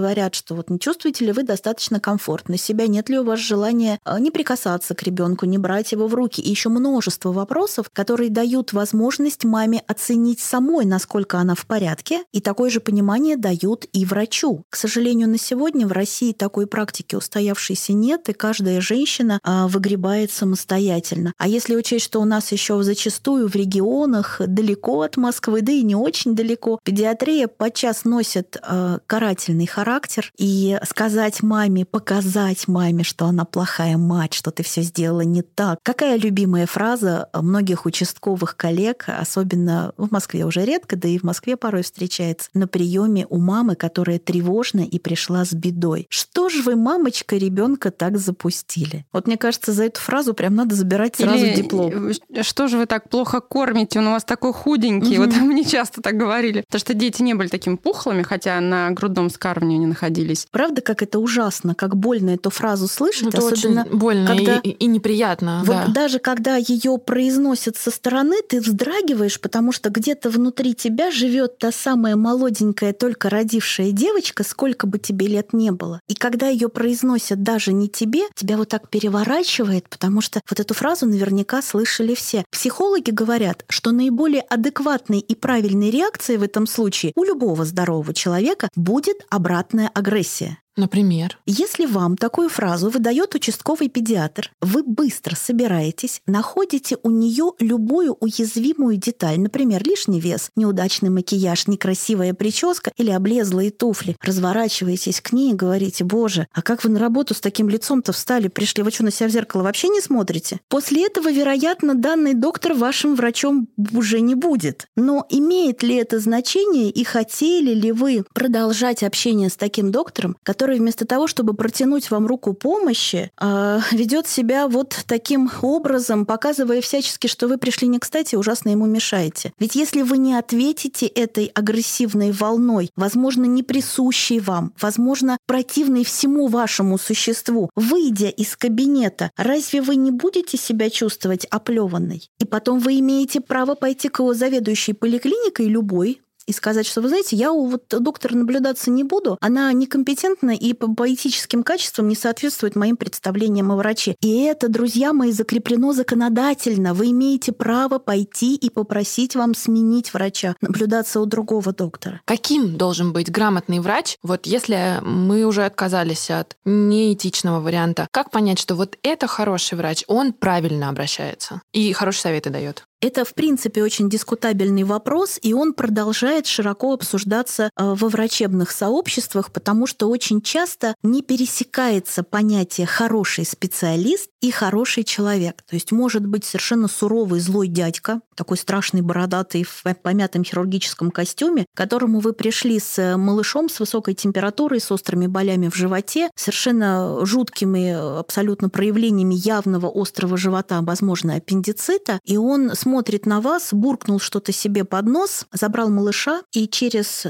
говорят, что вот не чувствуете ли вы достаточно комфортно себя, нет ли у вас желания не прикасаться к ребенку, не брать его в руки. И еще множество вопросов, которые дают возможность маме оценить самой, насколько она в порядке, и такое же понимание дают и врачу. К сожалению, на сегодня в России такой практики устоявшейся нет, и каждая женщина выгребает самостоятельно. А если учесть, что у нас еще зачастую в регионах, далеко от Москвы, да и не очень далеко, педиатрия подчас носит карательный характер, и сказать маме, показать маме, что она плохая мать, что ты все сделала не так. Какая любимая фраза многих участковых коллег, особенно в Москве уже редко, да и в Москве порой встречается, на приеме у мамы, которая тревожна и пришла с бедой. Что ж вы, мамочка, ребенка так запустили? Вот мне кажется, за эту фразу прям надо забирать сразу диплом.
Что же вы так плохо кормите? Он у вас такой худенький. Вот мне часто так говорили. Потому что дети не были такими пухлыми, хотя на грудном вскармливании не находились.
Правда, как это ужасно, как больно эту фразу слышать,
это
особенно
очень больно
когда...
и неприятно.
Вот
да.
Даже когда ее произносят со стороны, ты вздрагиваешь, потому что где-то внутри тебя живет та самая молоденькая, только родившая девочка, сколько бы тебе лет не было. И когда ее произносят даже не тебе, тебя вот так переворачивает, потому что вот эту фразу наверняка слышали все. Психологи говорят, что наиболее адекватной и правильной реакцией в этом случае у любого здорового человека будет обратная агрессия.
Например?
Если вам такую фразу выдает участковый педиатр, вы быстро собираетесь, находите у нее любую уязвимую деталь, например, лишний вес, неудачный макияж, некрасивая прическа или облезлые туфли. Разворачиваетесь к ней и говорите: «Боже, а как вы на работу с таким лицом-то встали, пришли? Вы что, на себя в зеркало вообще не смотрите?» После этого, вероятно, данный доктор вашим врачом уже не будет. Но имеет ли это значение и хотели ли вы продолжать общение с таким доктором, который вместо того, чтобы протянуть вам руку помощи, ведет себя вот таким образом, показывая всячески, что вы пришли не кстати, ужасно ему мешаете. Ведь если вы не ответите этой агрессивной волной, возможно, не присущей вам, возможно, противной всему вашему существу, выйдя из кабинета, разве вы не будете себя чувствовать оплеванной? И потом вы имеете право пойти к заведующей поликлиникой любой и сказать, что, вы знаете, я у доктора наблюдаться не буду, она некомпетентна и по этическим качествам не соответствует моим представлениям о враче. И это, друзья мои, закреплено законодательно. Вы имеете право пойти и попросить вам сменить врача, наблюдаться у другого доктора.
Каким должен быть грамотный врач, вот если мы уже отказались от неэтичного варианта? Как понять, что вот это хороший врач, он правильно обращается и хорошие советы дает?
Это, в принципе, очень дискутабельный вопрос, и он продолжает широко обсуждаться во врачебных сообществах, потому что очень часто не пересекается понятие «хороший специалист» и «хороший человек». То есть может быть совершенно суровый злой дядька, такой страшный бородатый в помятом хирургическом костюме, к которому вы пришли с малышом с высокой температурой, с острыми болями в животе, совершенно жуткими абсолютно проявлениями явного острого живота, возможно, аппендицита, и он смотрит на вас, буркнул что-то себе под нос, забрал малыша, и через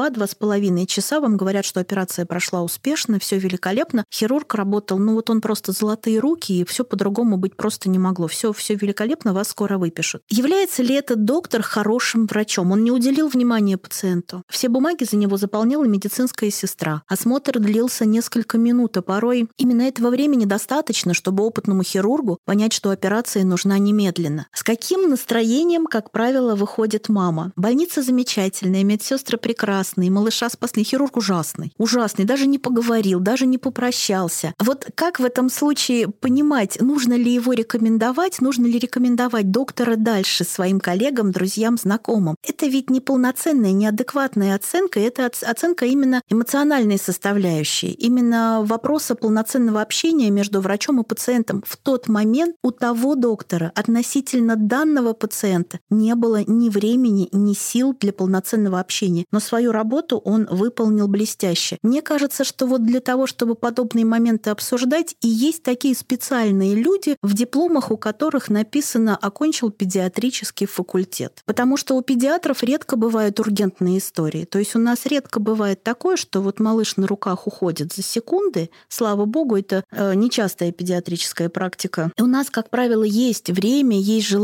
2-2,5 часа вам говорят, что операция прошла успешно, все великолепно. Хирург работал, он просто золотые руки, и все по-другому быть просто не могло. Все великолепно, вас скоро выпишут. Является ли этот доктор хорошим врачом? Он не уделил внимания пациенту. Все бумаги за него заполняла медицинская сестра. Осмотр длился несколько минут, а порой именно этого времени достаточно, чтобы опытному хирургу понять, что операция нужна немедленно. С каким настроением, как правило, выходит мама? Больница замечательная, медсестры прекрасные, малыша спасли, хирург ужасный, даже не поговорил, даже не попрощался. Вот как в этом случае понимать, нужно ли его рекомендовать, нужно ли рекомендовать доктора дальше своим коллегам, друзьям, знакомым? Это ведь неполноценная, неадекватная оценка, это оценка именно эмоциональной составляющей, именно вопроса полноценного общения между врачом и пациентом. В тот момент у того доктора относительно данного пациента не было ни времени, ни сил для полноценного общения. Но свою работу он выполнил блестяще. Мне кажется, что вот для того, чтобы подобные моменты обсуждать, и есть такие специальные люди, в дипломах у которых написано «окончил педиатрический факультет». Потому что у педиатров редко бывают ургентные истории. То есть у нас редко бывает такое, что вот малыш на руках уходит за секунды. Слава богу, это нечастая педиатрическая практика. И у нас, как правило, есть время, есть желание,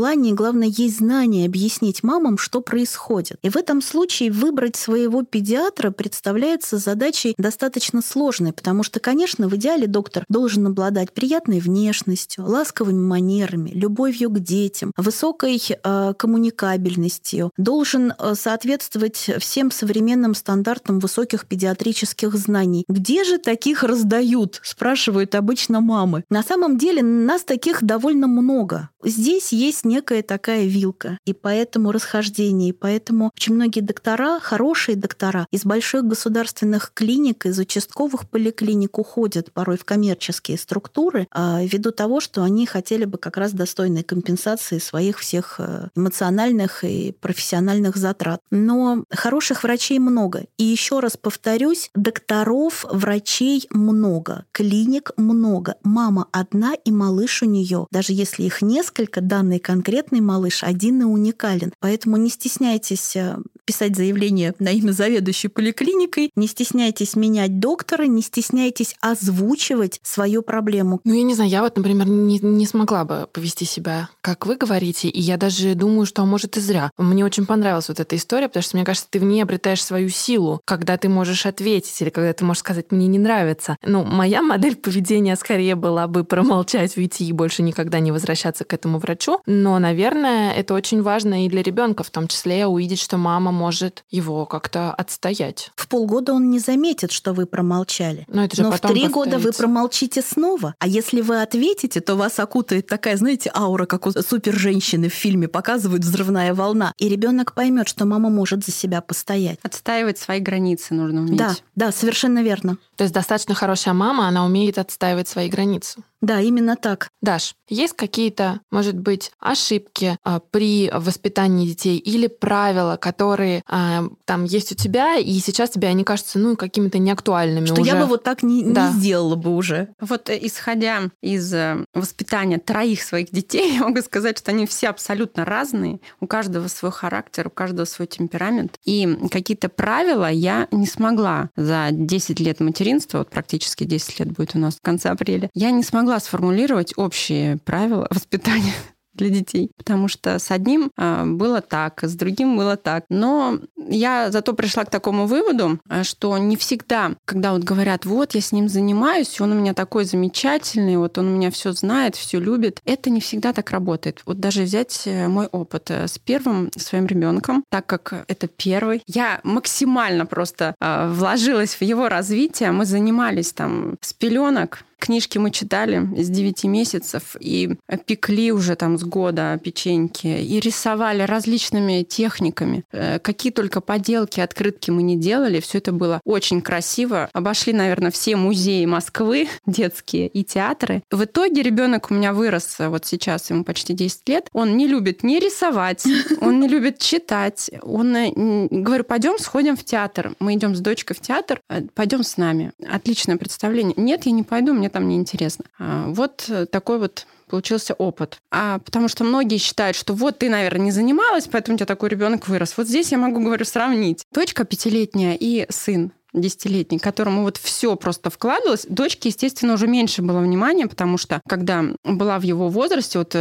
главное, есть знание объяснить мамам, что происходит. И в этом случае выбрать своего педиатра представляется задачей достаточно сложной, потому что, конечно, в идеале доктор должен обладать приятной внешностью, ласковыми манерами, любовью к детям, высокой коммуникабельностью, должен соответствовать всем современным стандартам высоких педиатрических знаний. Где же таких раздают, спрашивают обычно мамы. На самом деле нас таких довольно много. Здесь есть некая такая вилка, и поэтому расхождение, и поэтому очень многие доктора, хорошие доктора, из больших государственных клиник, из участковых поликлиник уходят порой в коммерческие структуры ввиду того, что они хотели бы как раз достойной компенсации своих всех эмоциональных и профессиональных затрат. Но хороших врачей много. И еще раз повторюсь, докторов, врачей много, клиник много. Мама одна, и малыш у нее. Даже если их несколько, данный конкретный малыш один и уникален. Поэтому не стесняйтесь писать заявление на имя заведующей поликлиникой, не стесняйтесь менять доктора, не стесняйтесь озвучивать свою проблему.
Ну, я не знаю, я вот, например, не смогла бы повести себя, как вы говорите, и я даже думаю, что, может, и зря. Мне очень понравилась вот эта история, потому что, мне кажется, ты в ней обретаешь свою силу, когда ты можешь ответить или когда ты можешь сказать «мне не нравится». Ну, моя модель поведения скорее была бы промолчать, уйти и больше никогда не возвращаться к этому врачу, но, наверное, это очень важно и для ребенка, в том числе увидеть, что мама может его как-то отстоять.
В полгода он не заметит, что вы промолчали.
Но это же
в 3 года вы промолчите снова. А если вы ответите, то вас окутает такая, знаете, аура, как у супер-женщины в фильме показывают, взрывная волна. И ребенок поймет, что мама может за себя постоять.
Отстаивать свои границы нужно уметь.
Да, совершенно верно.
То есть достаточно хорошая мама, она умеет отстаивать свои границы.
Да, именно так.
Даш, есть какие-то, может быть, ошибки при воспитании детей или правила, которые там есть у тебя, и сейчас тебе они кажутся, какими-то неактуальными
что
уже?
Я бы вот так не сделала бы уже.
Вот исходя из воспитания 3 своих детей, я могу сказать, что они все абсолютно разные. У каждого свой характер, у каждого свой темперамент. И какие-то правила я не смогла за 10 лет материнства, вот практически 10 лет будет у нас в конце апреля, я не смогла сформулировать общие правила воспитания для детей. Потому что с одним было так, с другим было так. Но я зато пришла к такому выводу, что не всегда, когда вот говорят, вот я с ним занимаюсь, он у меня такой замечательный, вот он у меня все знает, все любит, это не всегда так работает. Вот даже взять мой опыт с первым своим ребенком, так как это первый, я максимально просто вложилась в его развитие. Мы занимались там с пеленок. Книжки мы читали с 9 месяцев и пекли уже там с года печеньки и рисовали различными техниками. Какие только поделки, открытки мы не делали, все это было очень красиво. Обошли, наверное, все музеи Москвы, детские и театры. В итоге ребенок у меня вырос, вот сейчас ему почти 10 лет. Он не любит ни рисовать, он не любит читать. Говорю, пойдем сходим в театр. Мы идем с дочкой в театр, пойдем с нами. Отличное представление. Нет, я не пойду, мне там неинтересно. Вот такой вот получился опыт. Потому что многие считают, что вот ты, наверное, не занималась, поэтому у тебя такой ребенок вырос. Вот здесь я могу, говорю, сравнить. Дочка 5-летняя и сын 10-летний, которому вот все просто вкладывалось. Дочке, естественно, уже меньше было внимания, потому что когда была в его возрасте, вот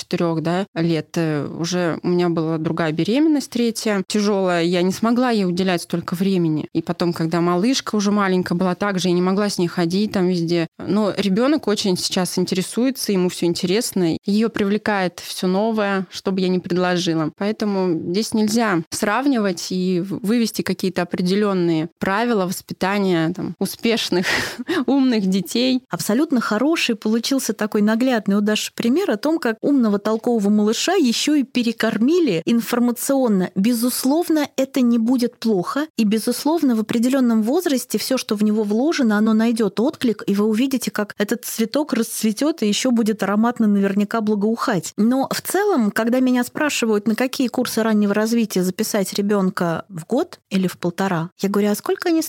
3-4 лет, уже у меня была другая беременность, 3-я, тяжелая, я не смогла ей уделять столько времени. И потом, когда малышка уже маленькая была, также я не могла с ней ходить там везде. Но ребенок очень сейчас интересуется, ему все интересно, ее привлекает все новое, что бы я ни предложила. Поэтому здесь нельзя сравнивать и вывести какие-то определенные правила воспитания там, успешных, умных детей.
Абсолютно хороший получился такой наглядный у Даши пример о том, как умного, толкового малыша еще и перекормили информационно. Безусловно, это не будет плохо, и, безусловно, в определенном возрасте все, что в него вложено, оно найдет отклик, и вы увидите, как этот цветок расцветет и еще будет ароматно наверняка благоухать. Но в целом, когда меня спрашивают, на какие курсы раннего развития записать ребенка в год или в 1,5, я говорю, а сколько они стоят?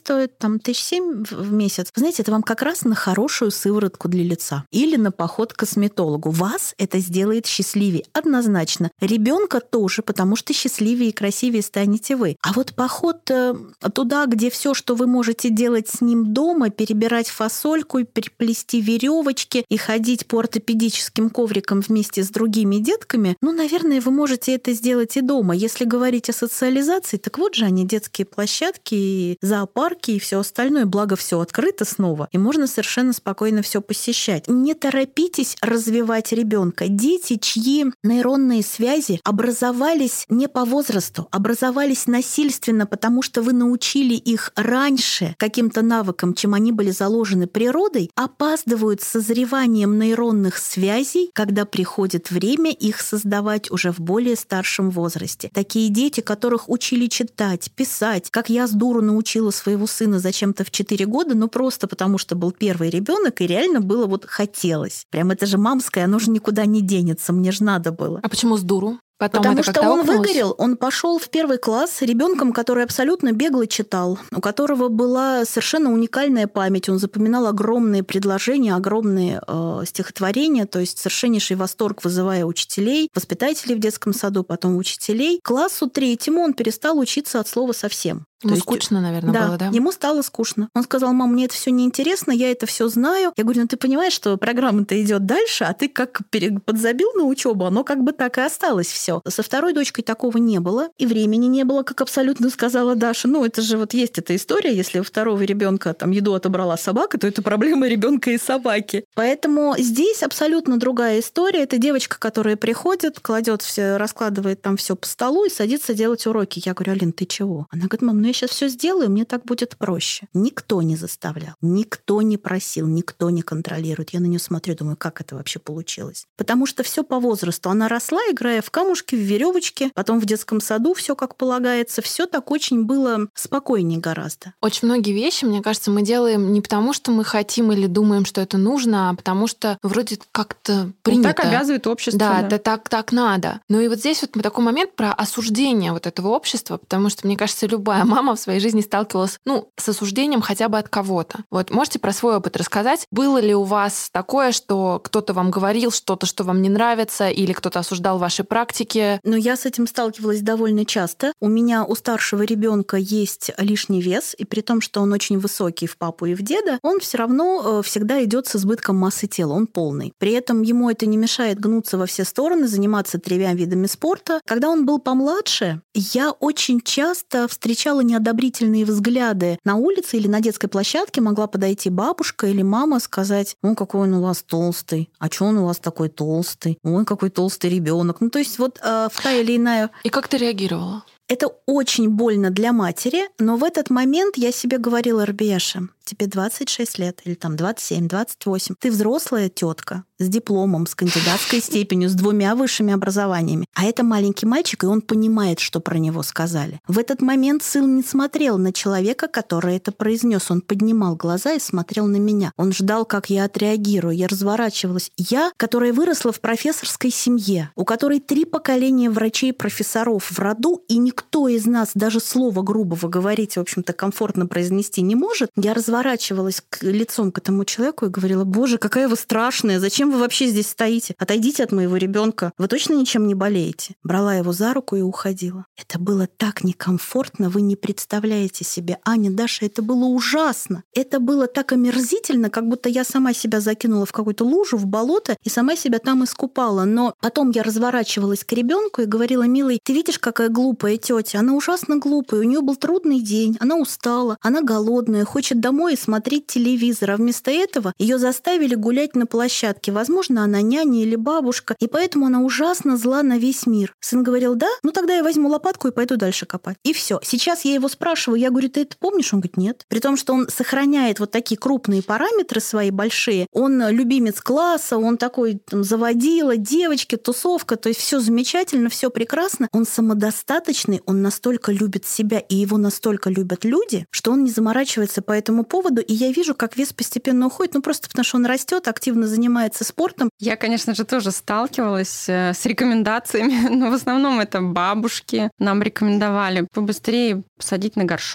стоит там 7 в месяц. Вы знаете, это вам как раз на хорошую сыворотку для лица или на поход к косметологу. Вас это сделает счастливее, однозначно. Ребенка тоже, потому что счастливее и красивее станете вы. А вот поход туда, где все, что вы можете делать с ним дома, перебирать фасольку, переплести веревочки и ходить по ортопедическим коврикам вместе с другими детками, наверное, вы можете это сделать и дома. Если говорить о социализации, так вот же они, детские площадки, и зоопарки и все остальное. Благо, все открыто снова, и можно совершенно спокойно все посещать. Не торопитесь развивать ребенка. Дети, чьи нейронные связи образовались не по возрасту, образовались насильственно, потому что вы научили их раньше каким-то навыкам, чем они были заложены природой, опаздывают с созреванием нейронных связей, когда приходит время их создавать уже в более старшем возрасте. Такие дети, которых учили читать, писать, как я с дуру научила своего сына зачем-то в 4 года, просто потому что был первый ребенок и реально было хотелось. Прям это же мамское, оно же никуда не денется, мне же надо было.
А почему с дуру?
Потому что он выгорел, он пошел в 1 класс с ребенком, который абсолютно бегло читал, у которого была совершенно уникальная память, он запоминал огромные предложения, огромные стихотворения, то есть совершеннейший восторг, вызывая учителей, воспитателей в детском саду, потом учителей. К классу 3 он перестал учиться от слова совсем.
Ему скучно, наверное, было, да?
Ему стало скучно. Он сказал: мам, мне это все неинтересно, я это все знаю. Я говорю: ты понимаешь, что программа-то идет дальше, а ты как подзабил на учебу, оно как бы так и осталось все. Со второй дочкой такого не было, и времени не было, как абсолютно сказала Даша. Это же есть эта история, если у второго ребенка еду отобрала собака, то это проблема ребенка и собаки. Поэтому здесь абсолютно другая история. Это девочка, которая приходит, кладет все, раскладывает там все по столу и садится делать уроки. Я говорю: Алин, ты чего? Она говорит: мам, я сейчас все сделаю, мне так будет проще. Никто не заставлял, никто не просил, никто не контролирует. Я на нее смотрю, думаю, как это вообще получилось? Потому что все по возрасту. Она росла, играя в камушки, в веревочке, потом в детском саду все как полагается. Все так очень было спокойнее гораздо.
Очень многие вещи, мне кажется, мы делаем не потому, что мы хотим или думаем, что это нужно, а потому что вроде как-то принято.
Так обязывает общество.
Да, это так надо. И здесь такой момент про осуждение этого общества, потому что, мне кажется, любая мама в своей жизни сталкивалась, с осуждением хотя бы от кого-то. Можете про свой опыт рассказать? Было ли у вас такое, что кто-то вам говорил что-то, что вам не нравится, или кто-то осуждал ваши практики?
Я с этим сталкивалась довольно часто. У старшего ребенка есть лишний вес, и при том, что он очень высокий в папу и в деда, он все равно всегда идет с избытком массы тела, он полный. При этом ему это не мешает гнуться во все стороны, заниматься 3 видами спорта. Когда он был помладше, я очень часто встречала неодобрительные взгляды на улице или на детской площадке. Могла подойти бабушка или мама, сказать: какой он у вас толстый, а что он у вас такой толстый, ой, какой толстый ребенок. То есть в та или иная...
И как ты реагировала?
Это очень больно для матери, но в этот момент я себе говорила: Рабияша, тебе 26 лет, или 27, 28. Ты взрослая тетка с дипломом, с кандидатской степенью, с 2 высшими образованиями. А это маленький мальчик, и он понимает, что про него сказали. В этот момент сын не смотрел на человека, который это произнес. Он поднимал глаза и смотрел на меня. Он ждал, как я отреагирую. Я разворачивалась. Я, которая выросла в профессорской семье, у которой 3 поколения врачей-профессоров в роду, и никто из нас даже слова грубого говорить, в общем-то, комфортно произнести не может, я разворачивалась лицом к этому человеку и говорила: боже, какая вы страшная, зачем вы вообще здесь стоите? Отойдите от моего ребенка, вы точно ничем не болеете? Брала его за руку и уходила. Это было так некомфортно, вы не представляете себе. Аня, Даша, это было ужасно. Это было так омерзительно, как будто я сама себя закинула в какую-то лужу, в болото, и сама себя там искупала. Но потом я разворачивалась к ребенку и говорила: милый, ты видишь, какая глупая тетя? Она ужасно глупая, у нее был трудный день, она устала, она голодная, хочет домой и смотреть телевизор, а вместо этого ее заставили гулять на площадке. Возможно, она няня или бабушка, и поэтому она ужасно зла на весь мир. Сын говорил: да, тогда я возьму лопатку и пойду дальше копать. И все. Сейчас я его спрашиваю, я говорю: ты это помнишь? Он говорит: нет. При том, что он сохраняет такие крупные параметры свои большие. Он любимец класса, он такой заводила, девочки, тусовка, то есть все замечательно, все прекрасно. Он самодостаточный, он настолько любит себя, и его настолько любят люди, что он не заморачивается по этому поводу, и я вижу, как вес постепенно уходит, просто потому что он растет, активно занимается спортом.
Я, конечно же, тоже сталкивалась с рекомендациями, но в основном это бабушки нам рекомендовали побыстрее посадить на горшок.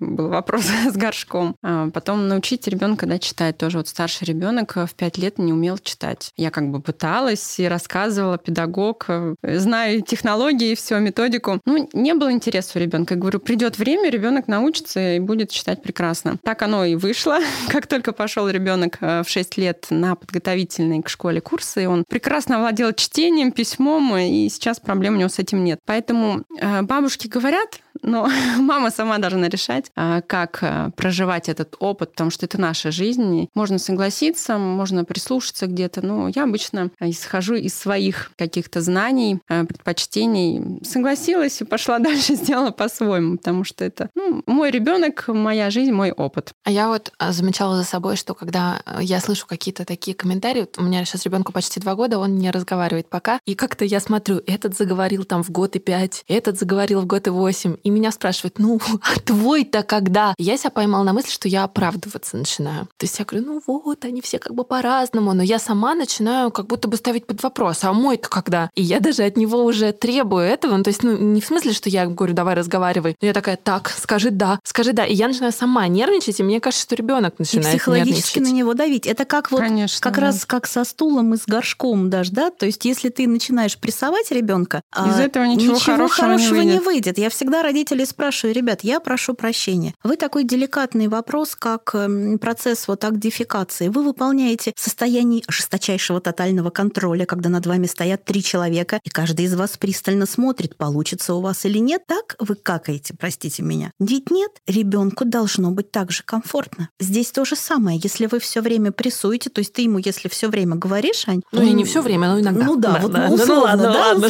был вопрос с горшком. Потом научить ребенка читать тоже. Вот старший ребенок в 5 лет не умел читать. Я как бы пыталась и рассказывала, педагог, знаю технологии, все, методику. Не было интереса у ребенка. Я говорю, придет время, ребенок научится и будет читать прекрасно. Так оно и вышло. Как только пошел ребенок в 6 лет на подготовительные к школе курсы, он прекрасно овладел чтением, письмом, и сейчас проблем у него с этим нет. Поэтому бабушки говорят, но мама сама должна решать, как проживать этот опыт, потому что это наша жизнь. Можно согласиться, можно прислушаться где-то, но я обычно исхожу из своих каких-то знаний, предпочтений. Согласилась и пошла дальше, сделала по-своему, потому что это мой ребенок, моя жизнь, мой опыт.
А я вот замечала за собой, что когда я слышу какие-то такие комментарии, у меня сейчас ребенку почти 2 года, он не разговаривает пока, и как-то я смотрю, этот заговорил там в год и 5, этот заговорил в год и 8, и меня спрашивают, а твой-то когда? И я себя поймала на мысли, что я оправдываться начинаю. То есть я говорю, вот, они все как бы по-разному, но я сама начинаю как будто бы ставить под вопрос, а мой-то когда? И я даже от него уже требую этого, то есть, не в смысле, что я говорю, давай разговаривай, но я такая, так, скажи да, и я начинаю сама нервничать, и мне кажется, что ребенок начинает нервничать.
И психологически на него давить. Это как вот,
конечно,
как раз как со стулом и с горшком даже, да? То есть если ты начинаешь прессовать ребенка,
из этого ничего хорошего
не выйдет. Я всегда родителей спрашиваю, ребят, я прошу прощения. Вы такой деликатный вопрос, как процесс актификации. Вы выполняете в состоянии жесточайшего тотального контроля, когда над вами стоят 3 человека, и каждый из вас пристально смотрит, получится у вас или нет. Так вы какаете, простите меня. Ведь нет, ребенку должно быть так же комфортно. Здесь то же самое. Если вы все время прессуете, то есть ты ему, если все время говоришь, Ань...
и не все время, но иногда.
Условно.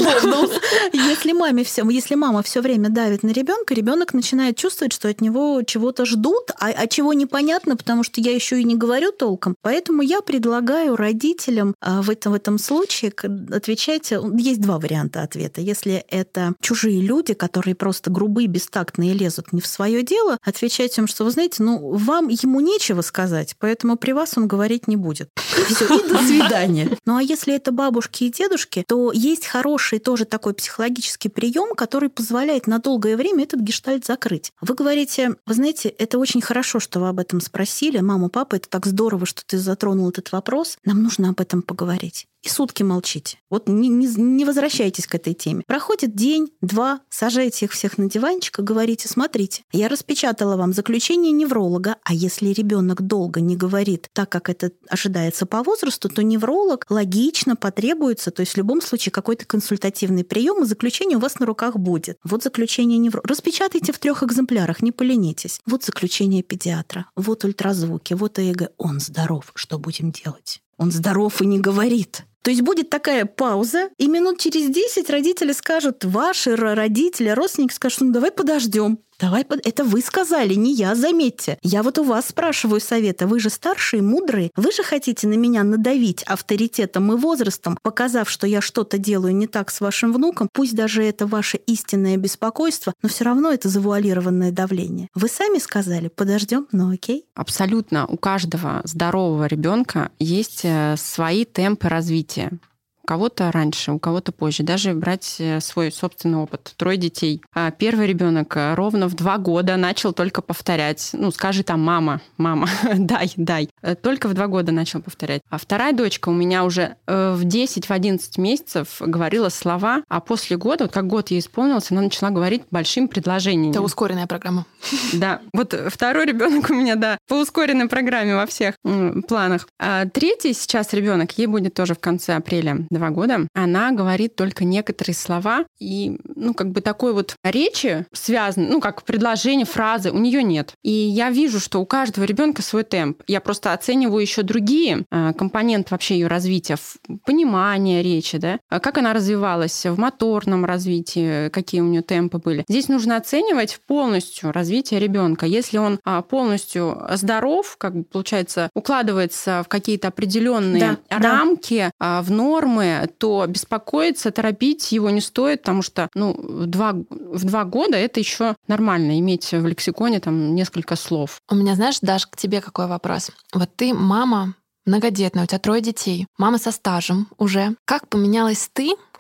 Если мама все время давит на ребенка, ребенок начинает чувствовать, что от него чего-то ждут, а чего непонятно, потому что я еще и не говорю толком. Поэтому я предлагаю родителям в этом случае отвечать. Есть 2 варианта ответа. Если это чужие люди, которые просто грубые, бестактные, лезут не в свое дело, отвечать им, что вы знаете, вам ему нечего сказать, поэтому при вас он говорить не будет. И все, и до свидания. А если это бабушки и дедушки, то есть хороший тоже такой психологический прием, который позволяет на долгое время этот гештальт закрыть. Вы говорите, вы знаете, это очень хорошо, что вы об этом спросили. Мама, папа, это так здорово, что ты затронул этот вопрос. Нам нужно об этом поговорить. И сутки молчите. Вот не возвращайтесь к этой теме. Проходит день, 2, сажаете их всех на диванчик и говорите, смотрите, я распечатала вам заключение невролога, а если ребенок долго не говорит так, как это ожидается по возрасту, то невролог логично потребуется, то есть в любом случае какой-то консультативный прием, и заключение у вас на руках будет. Вот заключение невролога. Распечатайте в 3 экземплярах, не поленитесь. Вот заключение педиатра, вот ультразвуки, вот ЭЭГ. Он здоров, что будем делать? Он здоров и не говорит. То есть будет такая пауза, и минут через 10 родители скажут, ваши родители, родственники скажут, давай подождем. Это вы сказали, не я, заметьте. Я вот у вас спрашиваю совета. Вы же старшие, мудрые. Вы же хотите на меня надавить авторитетом и возрастом, показав, что я что-то делаю не так с вашим внуком. Пусть даже это ваше истинное беспокойство, но все равно это завуалированное давление. Вы сами сказали, подождем, окей.
Абсолютно. У каждого здорового ребенка есть свои темпы развития. У кого-то раньше, у кого-то позже. Даже брать свой собственный опыт. 3 детей. Первый ребенок ровно в 2 года начал только повторять. Скажи там, мама, дай. Только в 2 года начал повторять. А вторая дочка у меня уже в 10-11 месяцев говорила слова, а после года, как год ей исполнился, она начала говорить большими предложениями.
Это ускоренная программа.
Да. Вот 2-й ребенок у меня, по ускоренной программе во всех планах. А 3-й сейчас ребенок, ей будет тоже в конце апреля 2 года, она говорит только некоторые слова, и, такой вот речи связанной, как предложения, фразы, у нее нет. И я вижу, что у каждого ребенка свой темп. Я просто оцениваю еще другие компоненты вообще ее развития, понимание речи, да, как она развивалась в моторном развитии, какие у нее темпы были. Здесь нужно оценивать полностью развитие ребенка. Если он полностью здоров, получается, укладывается в какие-то определенные рамки, в нормы, то беспокоиться, торопить его не стоит, потому что в 2 года это еще нормально иметь в лексиконе несколько слов.
У меня, знаешь, Даш, к тебе какой вопрос. Вот ты мама многодетная, у тебя 3 детей, мама со стажем уже. Как поменялась ты,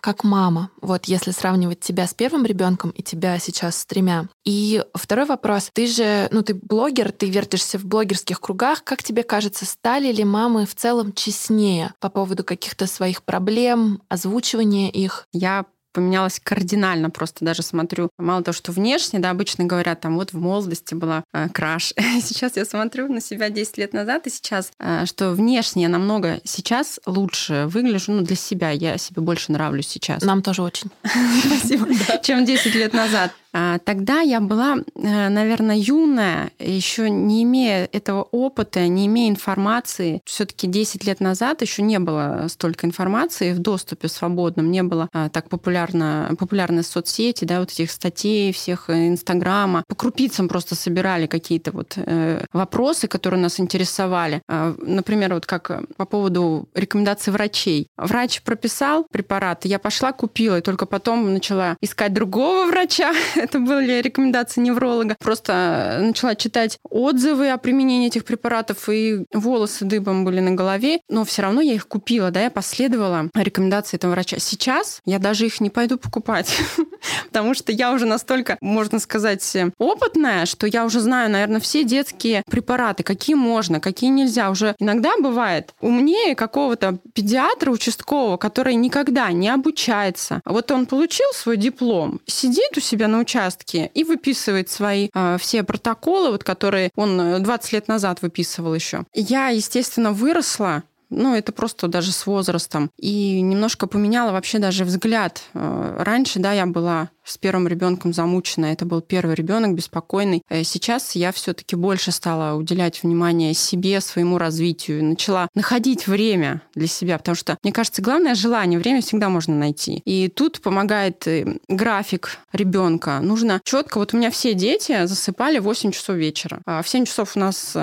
как мама, вот если сравнивать тебя с первым ребенком и тебя сейчас с 3. И второй вопрос. Ты же, ты блогер, ты вертишься в блогерских кругах. Как тебе кажется, стали ли мамы в целом честнее по поводу каких-то своих проблем, озвучивания их?
Я поменялась кардинально, просто даже смотрю. Мало того, что внешне, да, обычно говорят, там вот в молодости была краш. Сейчас я смотрю на себя 10 лет назад, и сейчас, что внешне я намного сейчас лучше выгляжу, для себя. Я себе больше нравлюсь сейчас.
Нам тоже очень.
Спасибо. Чем 10 лет назад. Тогда я была, наверное, юная, еще не имея этого опыта, не имея информации. Все-таки 10 лет назад еще не было столько информации в доступе свободном, не было так популярны соцсети, да, вот этих статей, всех Инстаграма. По крупицам просто собирали какие-то вот вопросы, которые нас интересовали. Например, вот как по поводу рекомендаций врачей. Врач прописал препарат, я пошла, купила, и только потом начала искать другого врача. Это были рекомендации невролога. Просто начала читать отзывы о применении этих препаратов, и волосы дыбом были на голове. Но все равно я их купила, да, я последовала рекомендации этого врача. Сейчас я даже их не пойду покупать, потому что я уже настолько, можно сказать, опытная, что я уже знаю, наверное, все детские препараты, какие можно, какие нельзя. Уже иногда бывает умнее какого-то педиатра участкового, который никогда не обучается. Вот он получил свой диплом, сидит у себя на участке и выписывает свои все протоколы, вот, которые он 20 лет назад выписывал еще. Я, естественно, выросла. Это просто даже с возрастом. И немножко поменяла вообще даже взгляд. Раньше, да, я была с первым ребенком замучена. Это был первый ребенок, беспокойный. Сейчас я все-таки больше стала уделять внимание себе, своему развитию. Начала находить время для себя, потому что, мне кажется, главное желание, время всегда можно найти. И тут помогает график ребенка. Нужно четко. Вот у меня все дети засыпали в 8 часов вечера. В 7 часов у нас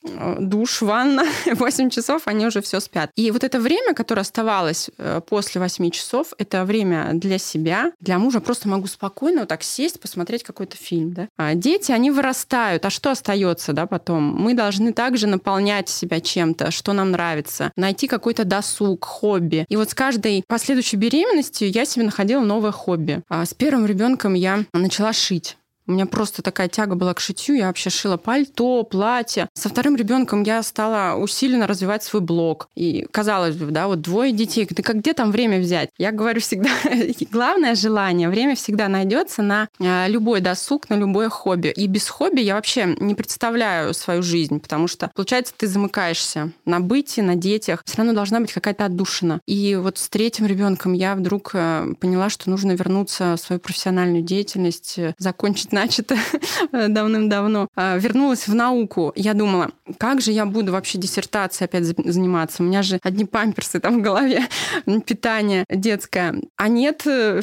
душ, ванна, 8 часов они уже все спят. И вот это время, которое оставалось после 8 часов, это время для себя, для мужа. Просто могу спокойно вот так сесть, посмотреть какой-то фильм. Да? А дети, они вырастают. А что остается, да, потом? Мы должны также наполнять себя чем-то, что нам нравится, найти какой-то досуг, хобби. И вот с каждой последующей беременностью я себе находила новое хобби. С первым ребенком я начала шить. У меня просто такая тяга была к шитью. Я вообще шила пальто, платье. Со вторым ребенком я стала усиленно развивать свой блог. И казалось бы, да, вот 2 детей. Да как, где там время взять? Я говорю всегда, главное желание. Время всегда найдется на любой досуг, на любое хобби. И без хобби я вообще не представляю свою жизнь, потому что, получается, ты замыкаешься на быте, на детях. Все равно должна быть какая-то отдушина. И вот с 3-м ребенком я вдруг поняла, что нужно вернуться в свою профессиональную деятельность, закончить начато давным-давно. Вернулась в науку. Я думала, как же я буду вообще диссертацией опять заниматься? У меня же одни памперсы там в голове, питание детское. А нет,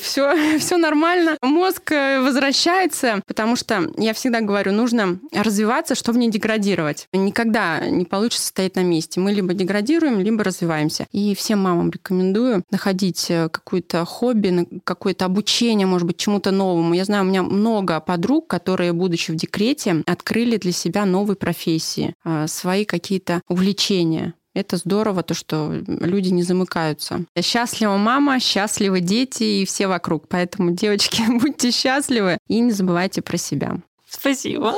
все нормально. Мозг возвращается, потому что я всегда говорю, нужно развиваться, чтобы не деградировать. Никогда не получится стоять на месте. Мы либо деградируем, либо развиваемся. И всем мамам рекомендую находить какое-то хобби, какое-то обучение, может быть, чему-то новому. Я знаю, у меня много подруг, которые, будучи в декрете, открыли для себя новые профессии, свои какие-то увлечения. Это здорово, то, что люди не замыкаются. Счастлива мама, счастливы дети и все вокруг. Поэтому, девочки, будьте счастливы и не забывайте про себя.
Спасибо.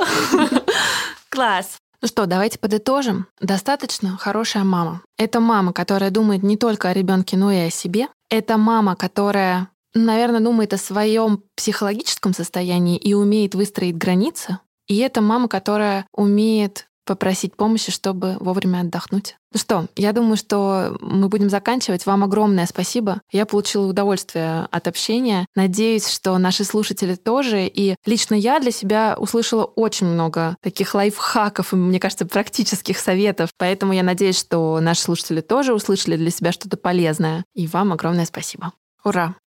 Класс. Ну что, давайте подытожим. Достаточно хорошая мама. Это мама, которая думает не только о ребенке, но и о себе. Это мама, которая, наверное, думает о своем психологическом состоянии и умеет выстроить границы. И это мама, которая умеет попросить помощи, чтобы вовремя отдохнуть. Ну что, я думаю, что мы будем заканчивать. Вам огромное спасибо. Я получила удовольствие от общения. Надеюсь, что наши слушатели тоже. И лично я для себя услышала очень много таких лайфхаков и, мне кажется, практических советов. Поэтому я надеюсь, что наши слушатели тоже услышали для себя что-то полезное. И вам огромное спасибо. Ура!